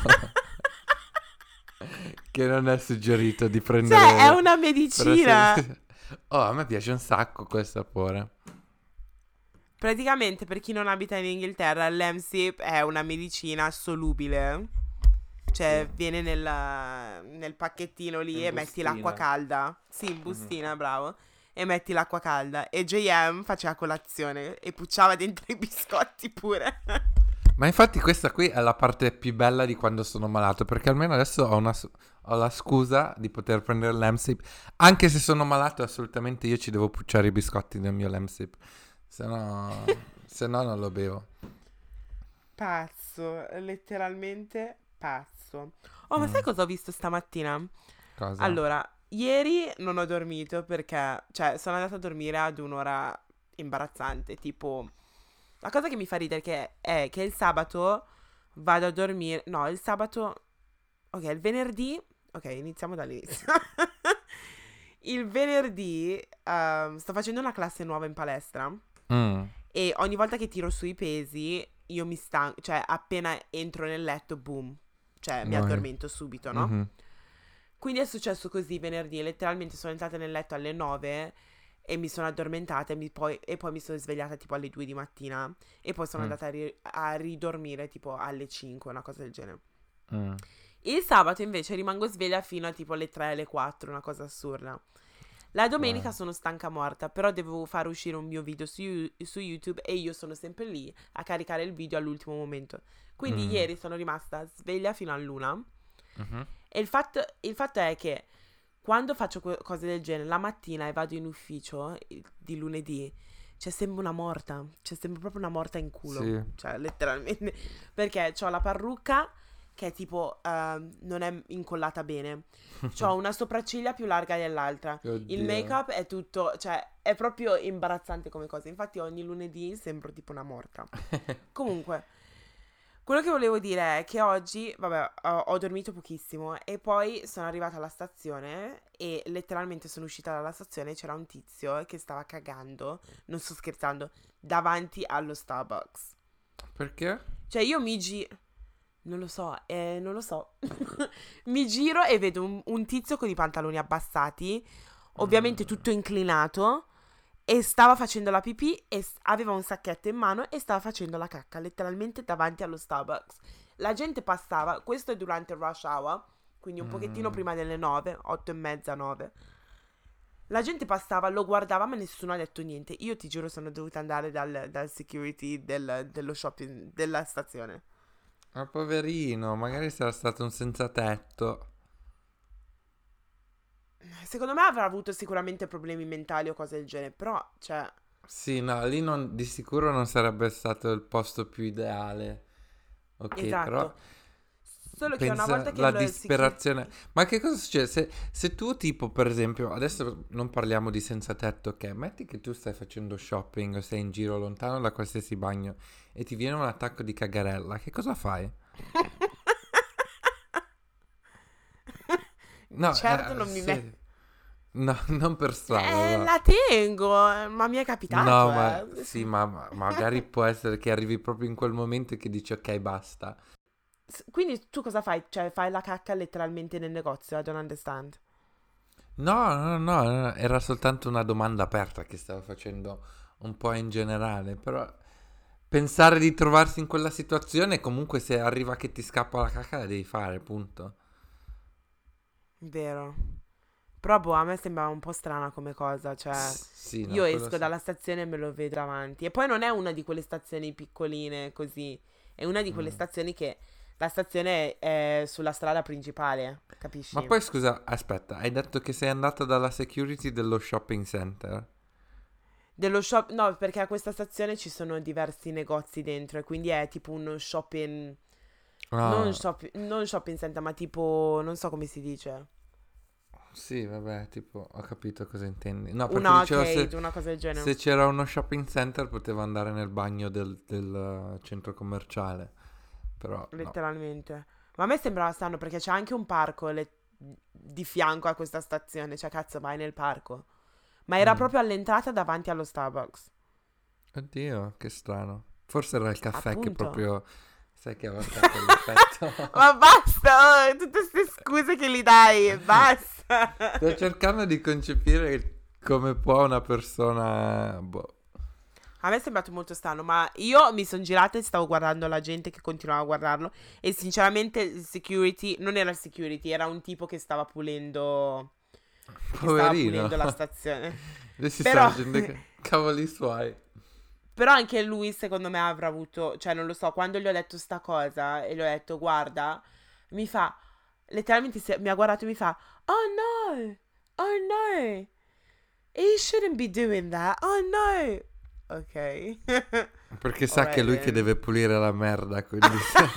Speaker 1: Che non è suggerito di
Speaker 2: Cioè, è
Speaker 1: prendere
Speaker 2: una medicina.
Speaker 1: Oh, a me piace un sacco quel sapore.
Speaker 2: Praticamente, per chi non abita in Inghilterra, l'Emsip è una medicina solubile.
Speaker 1: Sì,
Speaker 2: Cioè, viene nel pacchettino lì
Speaker 1: in
Speaker 2: e metti l'acqua
Speaker 1: bustina.
Speaker 2: calda. Sì, in
Speaker 1: Mhm.
Speaker 2: bustina, bravo. E metti l'acqua calda. E JM faceva colazione e pucciava dentro i biscotti pure.
Speaker 1: Ma infatti questa qui è la parte più bella di quando sono malato, perché almeno adesso ho la scusa di poter prendere l'Emsip, anche se sono malato assolutamente io ci devo pucciare i biscotti nel mio l'Emsip, se no non lo bevo.
Speaker 2: Pazzo, letteralmente pazzo. Oh, ma sai
Speaker 1: Mm,
Speaker 2: cosa ho visto stamattina?
Speaker 1: cosa?
Speaker 2: Allora, ieri non ho dormito perché, cioè, sono andata a dormire ad un'ora imbarazzante, tipo... La cosa che mi fa ridere è che il sabato vado a dormire... No, il sabato... Ok, il venerdì... Ok, iniziamo dall'inizio. Il venerdì sto facendo una classe nuova in palestra
Speaker 1: Mm,
Speaker 2: e ogni volta che tiro sui pesi io mi stanco, cioè appena entro nel letto, boom, cioè mi
Speaker 1: noi.
Speaker 2: addormento subito, no?
Speaker 1: Mhm,
Speaker 2: Quindi è successo così venerdì, letteralmente sono entrata nel letto alle 9 e mi sono addormentata e poi mi sono svegliata tipo alle 2 di mattina e poi sono
Speaker 1: mm,
Speaker 2: andata a ridormire tipo alle 5, una cosa del genere.
Speaker 1: mm,
Speaker 2: Il sabato invece rimango sveglia fino a tipo alle 3, alle 4, una cosa assurda. La domenica
Speaker 1: wow.
Speaker 2: sono stanca morta, però devo fare uscire un mio video su YouTube e io sono sempre lì a caricare il video all'ultimo momento. Quindi
Speaker 1: Mm,
Speaker 2: ieri sono rimasta sveglia fino all'una
Speaker 1: mhm,
Speaker 2: e il fatto è che quando faccio cose del genere, la mattina e vado in ufficio di lunedì, c'è sempre una morta, c'è sempre proprio una morta in culo,
Speaker 1: Sì.
Speaker 2: cioè letteralmente, perché ho la parrucca che è tipo non è incollata bene, c'ho una sopracciglia più larga dell'altra, il
Speaker 1: Oddio.
Speaker 2: make-up è tutto, cioè è proprio imbarazzante come cosa, infatti ogni lunedì sembro tipo una morta. Comunque, quello che volevo dire è che oggi, vabbè, ho dormito pochissimo e poi sono arrivata alla stazione e letteralmente sono uscita dalla stazione e c'era un tizio che stava cagando, non sto scherzando, davanti allo Starbucks.
Speaker 1: Perché?
Speaker 2: Cioè io mi giro, non lo so, mi giro e vedo un tizio con i pantaloni abbassati, ovviamente
Speaker 1: Mm.
Speaker 2: tutto inclinato, e stava facendo la pipì e aveva un sacchetto in mano e stava facendo la cacca, letteralmente davanti allo Starbucks. La gente passava, questo è durante il rush hour, quindi un pochettino
Speaker 1: Mm.
Speaker 2: prima delle 9, 8 e mezza, 9. La gente passava, lo guardava, ma nessuno ha detto niente. Io ti giuro, sono dovuta andare dal security dello shopping, della stazione.
Speaker 1: Ma poverino, magari sarà stato un senza tetto.
Speaker 2: Secondo me avrà avuto sicuramente problemi mentali o cose del genere, però, cioè,
Speaker 1: Sì, no, lì di sicuro non sarebbe stato il posto più ideale. Ok, però
Speaker 2: esatto. Solo che una volta
Speaker 1: pensa
Speaker 2: che
Speaker 1: la
Speaker 2: il
Speaker 1: disperazione.
Speaker 2: security...
Speaker 1: Ma che cosa succede? Se tu tipo, per esempio, adesso non parliamo di senza tetto, ok? Metti che tu stai facendo shopping o sei in giro lontano da qualsiasi bagno e ti viene un attacco di cagarella, che cosa fai?
Speaker 2: Di
Speaker 1: No,
Speaker 2: certo non mi metto...
Speaker 1: sì. No, non per strada, no.
Speaker 2: La tengo, ma mi è
Speaker 1: No,
Speaker 2: capitato,
Speaker 1: ma
Speaker 2: eh.
Speaker 1: sì, ma magari può essere che arrivi proprio in quel momento e che dici ok, basta.
Speaker 2: Quindi tu cosa fai? Cioè, fai la cacca letteralmente nel negozio, I don't understand.
Speaker 1: No, no, no, no, era soltanto una domanda aperta che stavo facendo un po' in generale, però pensare di trovarsi in quella situazione, comunque se arriva che ti scappa la cacca la devi fare, punto.
Speaker 2: Vero. Però, boh, a me sembra un po' strana come cosa, cioè...
Speaker 1: Sì, no,
Speaker 2: Io
Speaker 1: quello
Speaker 2: esco
Speaker 1: sì.
Speaker 2: dalla stazione e me lo vedo avanti. E poi non è una di quelle stazioni piccoline così. È una di quelle
Speaker 1: Mm.
Speaker 2: stazioni che... La stazione è sulla strada principale,
Speaker 1: Ma
Speaker 2: capisci?
Speaker 1: poi scusa, aspetta, hai detto che sei andata dalla security dello shopping center?
Speaker 2: Dello shop... No, perché a questa stazione ci sono diversi negozi dentro e quindi è tipo uno shopping...
Speaker 1: Ah,
Speaker 2: Non shopping center, ma tipo... Non so come si dice.
Speaker 1: sì, vabbè, tipo, ho capito cosa intendi. No,
Speaker 2: Un
Speaker 1: perché dicevo
Speaker 2: arcade, una cosa del genere.
Speaker 1: se c'era uno shopping center potevo andare nel bagno del centro commerciale, però no.
Speaker 2: Letteralmente. Ma a me sembrava strano perché c'è anche un parco di fianco a questa stazione. Cioè, cazzo, vai nel parco. Ma era
Speaker 1: Mm.
Speaker 2: proprio all'entrata davanti allo Starbucks.
Speaker 1: Oddio, che strano. Forse era il caffè che
Speaker 2: Appunto.
Speaker 1: proprio, sai che aveva fatto l'effetto.
Speaker 2: Ma basta! Tutte queste scuse che gli dai. Basta!
Speaker 1: Sto cercando di concepire come può una persona, boh.
Speaker 2: A me è sembrato molto strano, ma io mi sono girata e stavo guardando la gente che continuava a guardarlo. E sinceramente il security, non era il security, era un tipo che stava
Speaker 1: Poverino.
Speaker 2: pulendo la stazione.
Speaker 1: Lui si sta
Speaker 2: Però,
Speaker 1: facendo cavoli suoi.
Speaker 2: però anche lui secondo me avrà avuto, cioè non lo so, quando gli ho detto sta cosa e gli ho detto guarda, mi fa, letteralmente mi ha guardato e mi fa, oh no, he shouldn't be doing that, oh no. Ok.
Speaker 1: Perché sa che è
Speaker 2: Alright
Speaker 1: lui che
Speaker 2: then.
Speaker 1: deve pulire la merda, quindi...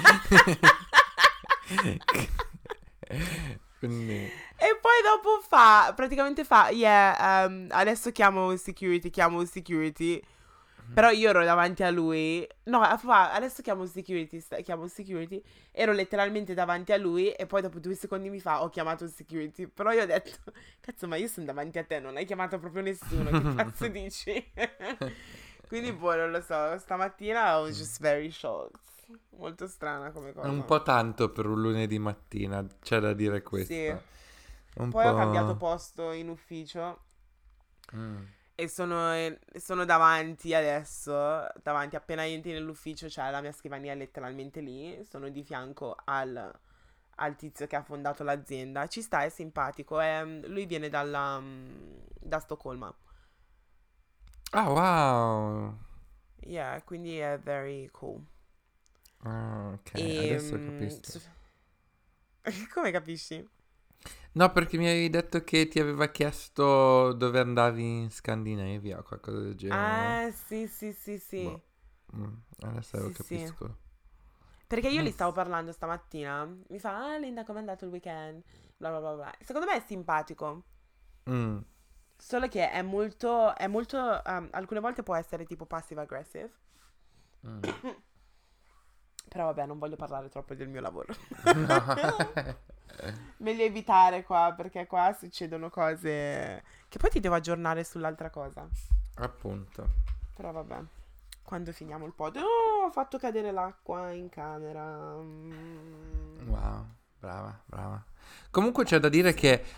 Speaker 1: quindi...
Speaker 2: E poi dopo praticamente fa, yeah, adesso chiamo il security. Però io ero davanti a lui. No, fa, adesso chiamo il security, chiamo il security. Ero letteralmente davanti a lui e poi dopo 2 secondi mi fa, ho chiamato il security. Però io ho detto, cazzo, ma io sono davanti a te, non hai chiamato proprio nessuno, che cazzo dici? Quindi, boh, non lo so, stamattina I was just very shocked. Molto strana come
Speaker 1: È un
Speaker 2: cosa.
Speaker 1: po' tanto per un lunedì mattina, c'è da dire
Speaker 2: Sì.
Speaker 1: questo. Un
Speaker 2: Poi ho cambiato
Speaker 1: po'...
Speaker 2: posto in ufficio
Speaker 1: Mm.
Speaker 2: e sono davanti adesso, davanti appena entri nell'ufficio c'è la mia scrivania letteralmente lì, sono di fianco al tizio che ha fondato l'azienda, ci sta, è simpatico, lui viene da Stoccolma,
Speaker 1: Ah, wow!
Speaker 2: yeah, quindi è very cool.
Speaker 1: Ah, ok,
Speaker 2: E
Speaker 1: adesso capisco.
Speaker 2: come capisci?
Speaker 1: No, perché mi avevi detto che ti aveva chiesto dove andavi in Scandinavia o qualcosa del genere, no?
Speaker 2: Ah, sì, sì, sì, sì.
Speaker 1: Boh, adesso lo
Speaker 2: Sì, sì.
Speaker 1: capisco.
Speaker 2: Perché io gli stavo parlando stamattina. Mi fa, ah, Linda, com'è andato il weekend? Bla bla bla bla. Secondo me è simpatico.
Speaker 1: Mm,
Speaker 2: Solo che è molto, alcune volte può essere tipo passive aggressive.
Speaker 1: mm.
Speaker 2: Però vabbè, non voglio parlare troppo del mio lavoro.
Speaker 1: No.
Speaker 2: Meglio evitare qua, perché qua succedono cose che poi ti devo aggiornare sull'altra cosa.
Speaker 1: Appunto.
Speaker 2: Però vabbè, quando finiamo il pod. Oh, ho fatto cadere l'acqua in camera.
Speaker 1: Wow, brava, brava. Comunque c'è da dire
Speaker 2: Sì.
Speaker 1: che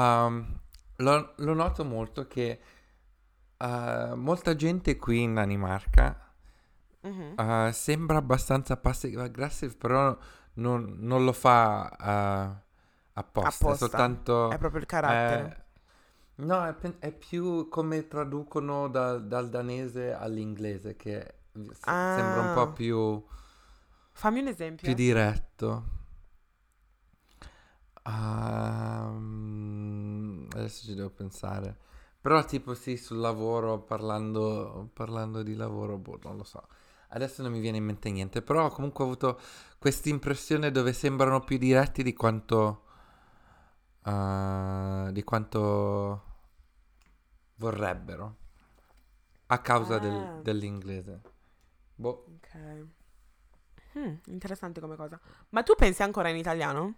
Speaker 1: lo noto molto che molta gente qui in Danimarca
Speaker 2: Mhm.
Speaker 1: sembra abbastanza passive aggressive, però non lo fa apposta, è
Speaker 2: Apposta. È
Speaker 1: soltanto...
Speaker 2: proprio il carattere.
Speaker 1: eh, no, è più come traducono dal danese all'inglese, che sembra un po'
Speaker 2: Ah, fammi un
Speaker 1: più
Speaker 2: esempio.
Speaker 1: diretto. Adesso ci devo pensare. Però tipo sì, sul lavoro, parlando di lavoro, boh, non lo so. Adesso non mi viene in mente niente, però comunque ho avuto questa impressione dove sembrano più diretti di quanto vorrebbero, a causa
Speaker 2: Ah,
Speaker 1: dell'inglese. Boh.
Speaker 2: ok. Interessante come cosa. Ma tu pensi ancora in italiano?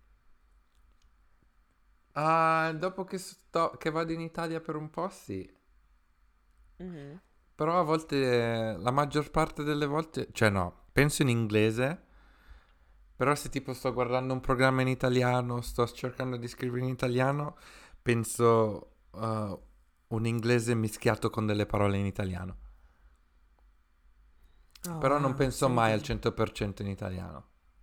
Speaker 1: Dopo che vado in Italia per un po', sì.
Speaker 2: Mhm.
Speaker 1: Però a volte, la maggior parte delle volte, cioè no, penso in inglese, però se tipo sto guardando un programma in italiano, sto cercando di scrivere in italiano, penso un inglese mischiato con delle parole in italiano.
Speaker 2: Oh,
Speaker 1: Però non
Speaker 2: wow,
Speaker 1: penso mai al
Speaker 2: senti.
Speaker 1: 100% in italiano.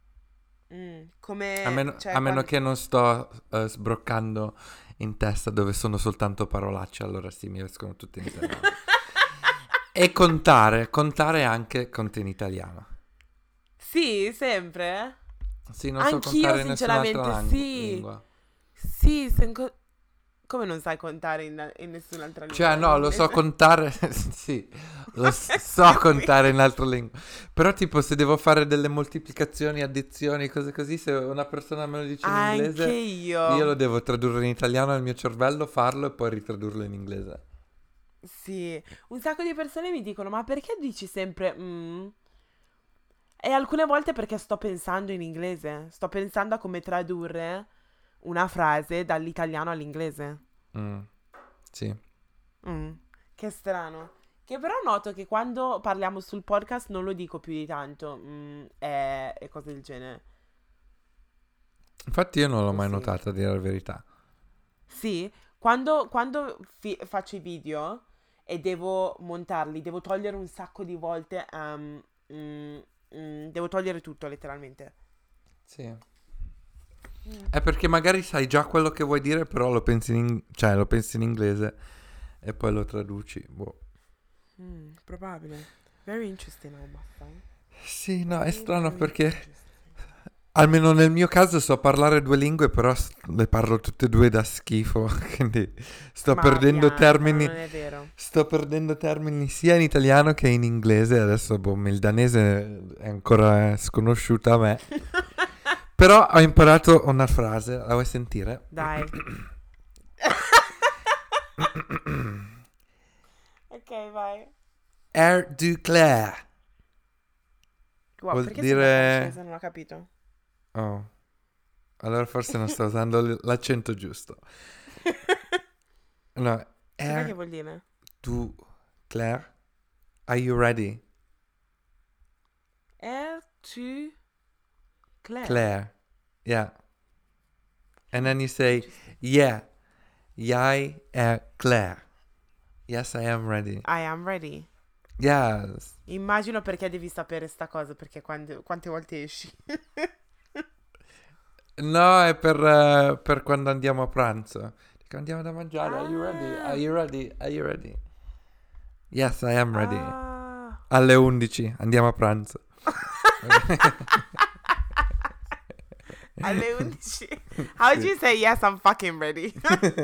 Speaker 2: Come,
Speaker 1: A
Speaker 2: cioè,
Speaker 1: meno che non sto sbroccando in testa dove sono soltanto parolacce, allora sì, mi escono tutte in italiano. E contare anche conta in italiano.
Speaker 2: Sì, sempre?
Speaker 1: Sì, non so
Speaker 2: Anch'io,
Speaker 1: contare in nessun'altra
Speaker 2: sinceramente, sì.
Speaker 1: lingua.
Speaker 2: Sì, come non sai contare in nessun'altra
Speaker 1: Cioè,
Speaker 2: lingua? In
Speaker 1: no, lo so
Speaker 2: inglese?
Speaker 1: contare, sì, so contare in
Speaker 2: Scusami.
Speaker 1: altre lingue. Però, tipo, se devo fare delle moltiplicazioni, addizioni, cose così, se una persona me lo dice in
Speaker 2: Anche
Speaker 1: inglese, io lo
Speaker 2: io.
Speaker 1: devo tradurre in italiano al mio cervello, farlo e poi ritradurlo in inglese.
Speaker 2: Sì, un sacco di persone mi dicono, ma perché dici sempre mm? E alcune volte perché sto pensando in inglese, sto pensando a come tradurre una frase dall'italiano all'inglese.
Speaker 1: Mm, sì.
Speaker 2: Mm, che strano. Che però noto che quando parliamo sul podcast non lo dico più di tanto, e cose del genere.
Speaker 1: Infatti io non l'ho
Speaker 2: O
Speaker 1: mai
Speaker 2: sì.
Speaker 1: notata, a dire la verità.
Speaker 2: Sì, quando faccio i video e devo montarli, devo togliere un sacco di volte, mm, devo togliere tutto letteralmente.
Speaker 1: Sì.
Speaker 2: Mm.
Speaker 1: È perché magari sai già quello che vuoi dire, però cioè, lo pensi in inglese e poi lo traduci. Boh.
Speaker 2: Probabile. Very interesting, I must say.
Speaker 1: Sì, no, è
Speaker 2: Very,
Speaker 1: strano
Speaker 2: very
Speaker 1: perché
Speaker 2: interesting.
Speaker 1: almeno nel mio caso so parlare due lingue, però le parlo tutte e due da schifo, quindi sto
Speaker 2: Ma
Speaker 1: perdendo
Speaker 2: pianta,
Speaker 1: termini,
Speaker 2: non è vero.
Speaker 1: sto perdendo termini sia in italiano che in inglese. Adesso, boh, il danese è ancora sconosciuta a me. Però ho imparato una frase, la vuoi sentire?
Speaker 2: Dai. Ok, vai.
Speaker 1: Air du clair.
Speaker 2: Wow,
Speaker 1: Vuol
Speaker 2: perché sembra
Speaker 1: dire...
Speaker 2: francese? Non ho capito.
Speaker 1: Oh, allora forse non sto usando l'accento giusto. No,
Speaker 2: Cos'è che
Speaker 1: air
Speaker 2: vuol dire?
Speaker 1: du clair. Are you ready?
Speaker 2: Air to Claire.
Speaker 1: Claire. Yeah. And
Speaker 2: Hmm,
Speaker 1: then you say,
Speaker 2: interesting.
Speaker 1: yeah, jij er Claire. Yes, I am ready.
Speaker 2: I am ready.
Speaker 1: Yes.
Speaker 2: Immagino perché devi sapere sta cosa, perché quante volte esci.
Speaker 1: No, è per quando andiamo a pranzo. Dico, andiamo da mangiare. Are you ready? Are
Speaker 2: Ah,
Speaker 1: you ready? Are you ready? Yes, I am ready.
Speaker 2: ah.
Speaker 1: Alle 11 andiamo a pranzo.
Speaker 2: alle 11. How do you say yes, I'm fucking ready?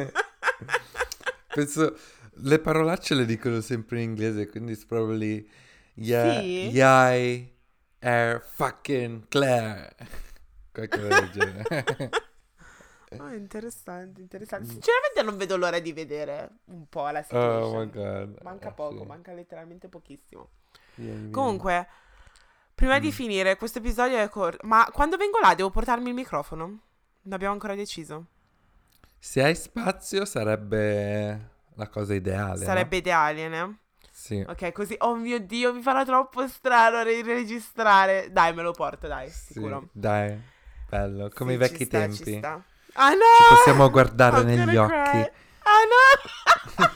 Speaker 1: Penso, le parolacce le dicono sempre in inglese, quindi it's probably yeah,
Speaker 2: Sì?
Speaker 1: yay, air, fucking, Claire. Qualcosa del genere.
Speaker 2: Oh, interessante. Sinceramente non vedo l'ora di vedere un po' la situation.
Speaker 1: Oh my god.
Speaker 2: Manca poco,
Speaker 1: sì.
Speaker 2: manca letteralmente pochissimo.
Speaker 1: Vieni.
Speaker 2: Comunque, prima di finire, questo episodio è corto. Ma quando vengo là devo portarmi il microfono? Non abbiamo ancora deciso.
Speaker 1: Se hai spazio sarebbe la cosa ideale,
Speaker 2: Sarebbe ideale, ne?
Speaker 1: no? Sì.
Speaker 2: Ok, così, oh mio Dio, mi farà troppo strano registrare. Dai, me lo porto, dai,
Speaker 1: Sì,
Speaker 2: sicuro.
Speaker 1: dai, bello, come
Speaker 2: Sì,
Speaker 1: i vecchi
Speaker 2: ci sta,
Speaker 1: tempi.
Speaker 2: ci sta. Ah no!
Speaker 1: Ci possiamo guardare
Speaker 2: I'm
Speaker 1: negli
Speaker 2: gonna
Speaker 1: occhi.
Speaker 2: cry. Ah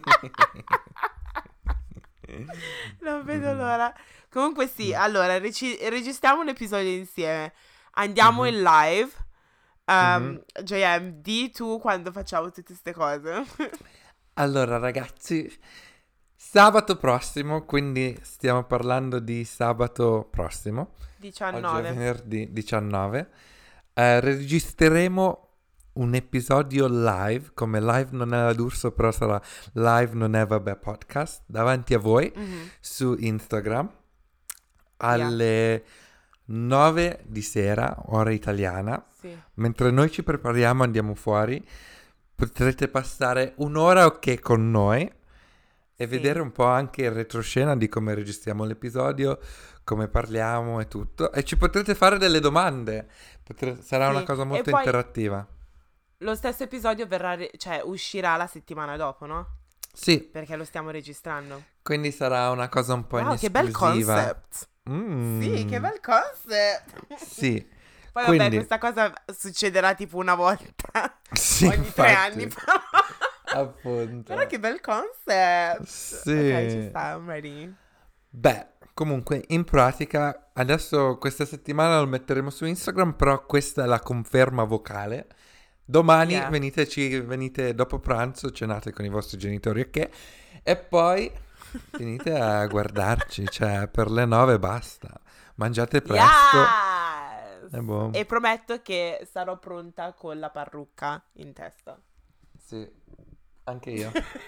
Speaker 2: no! Non vedo l'ora. Comunque sì, allora, registriamo un episodio insieme. Andiamo in live. JM, di tu quando facciamo tutte queste cose.
Speaker 1: Allora, ragazzi, sabato prossimo, quindi stiamo parlando di sabato prossimo.
Speaker 2: 19.
Speaker 1: Oggi è venerdì 19. Registreremo un episodio live, come live non è la d'Urso, però sarà live non è vabbè podcast, davanti a voi su Instagram alle 9 di sera, ora italiana.
Speaker 2: Sì.
Speaker 1: Mentre noi ci prepariamo, andiamo fuori, potrete passare un'ora ok con noi e vedere un po' anche il retroscena di come registriamo l'episodio, come parliamo e tutto. E ci potrete fare delle domande. Sarà una cosa molto
Speaker 2: poi
Speaker 1: interattiva.
Speaker 2: Lo stesso episodio uscirà la settimana dopo, no?
Speaker 1: Sì,
Speaker 2: Perché lo stiamo registrando.
Speaker 1: quindi sarà una cosa un po' in
Speaker 2: Wow, che bel
Speaker 1: esclusiva.
Speaker 2: concept. Sì, che bel concept.
Speaker 1: Sì.
Speaker 2: Poi
Speaker 1: Quindi,
Speaker 2: vabbè, questa cosa succederà tipo una volta
Speaker 1: sì,
Speaker 2: ogni 3 anni.
Speaker 1: infatti. Appunto.
Speaker 2: Però che bel concept.
Speaker 1: Sì.
Speaker 2: Ok, ci sta, I'm ready.
Speaker 1: Beh, comunque, in pratica, adesso questa settimana lo metteremo su Instagram, però questa è la conferma vocale. Domani venite dopo pranzo, cenate con i vostri genitori, ok? E poi venite a guardarci, cioè per le 9 basta. Mangiate presto.
Speaker 2: Yes!
Speaker 1: È buono.
Speaker 2: E prometto che sarò pronta con la parrucca in testa.
Speaker 1: Sì, anche io.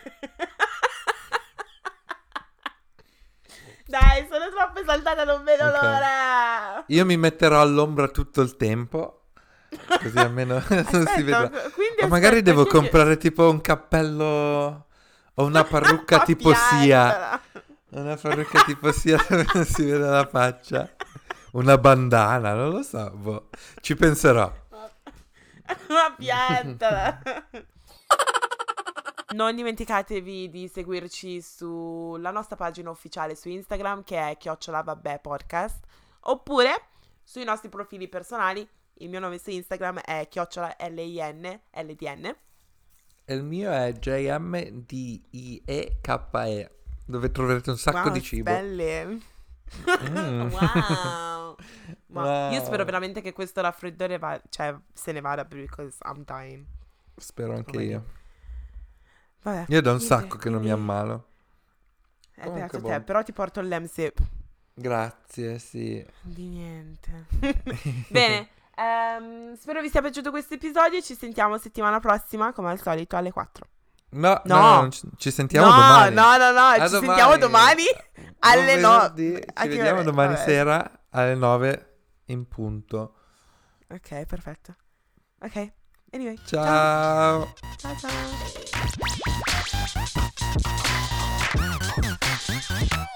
Speaker 2: Dai, sono troppo esaltata, non vedo l'ora.
Speaker 1: Io mi metterò all'ombra tutto il tempo. Così almeno non si vedrà. O magari devo comprare tipo un cappello o una parrucca tipo sia. Una parrucca tipo sia dove non si vede la faccia. Una bandana, non lo so. Boh. Ci penserò.
Speaker 2: Una pianta. Non dimenticatevi di seguirci sulla nostra pagina ufficiale su Instagram, che è @vabbèpodcast, oppure sui nostri profili personali. Il mio nome su Instagram è @LINLDN
Speaker 1: E il mio è JMDIEKE, dove troverete un sacco di cibo.
Speaker 2: Belle. Wow. Io spero veramente che questo raffreddore se ne vada, because I'm dying.
Speaker 1: Spero anche io.
Speaker 2: Vabbè,
Speaker 1: Io da un sacco che non mi ammalo.
Speaker 2: Beato te, però ti porto il Lemsip.
Speaker 1: Grazie, sì.
Speaker 2: Di niente. Bene, spero vi sia piaciuto questo episodio. Ci sentiamo settimana prossima, come al solito, alle 4.
Speaker 1: No, ci sentiamo domani.
Speaker 2: No, ci sentiamo domani alle 9.
Speaker 1: Ci vediamo domani sera alle 9 in punto.
Speaker 2: Ok, perfetto. Ok, anyway.
Speaker 1: Ciao.
Speaker 2: Ciao.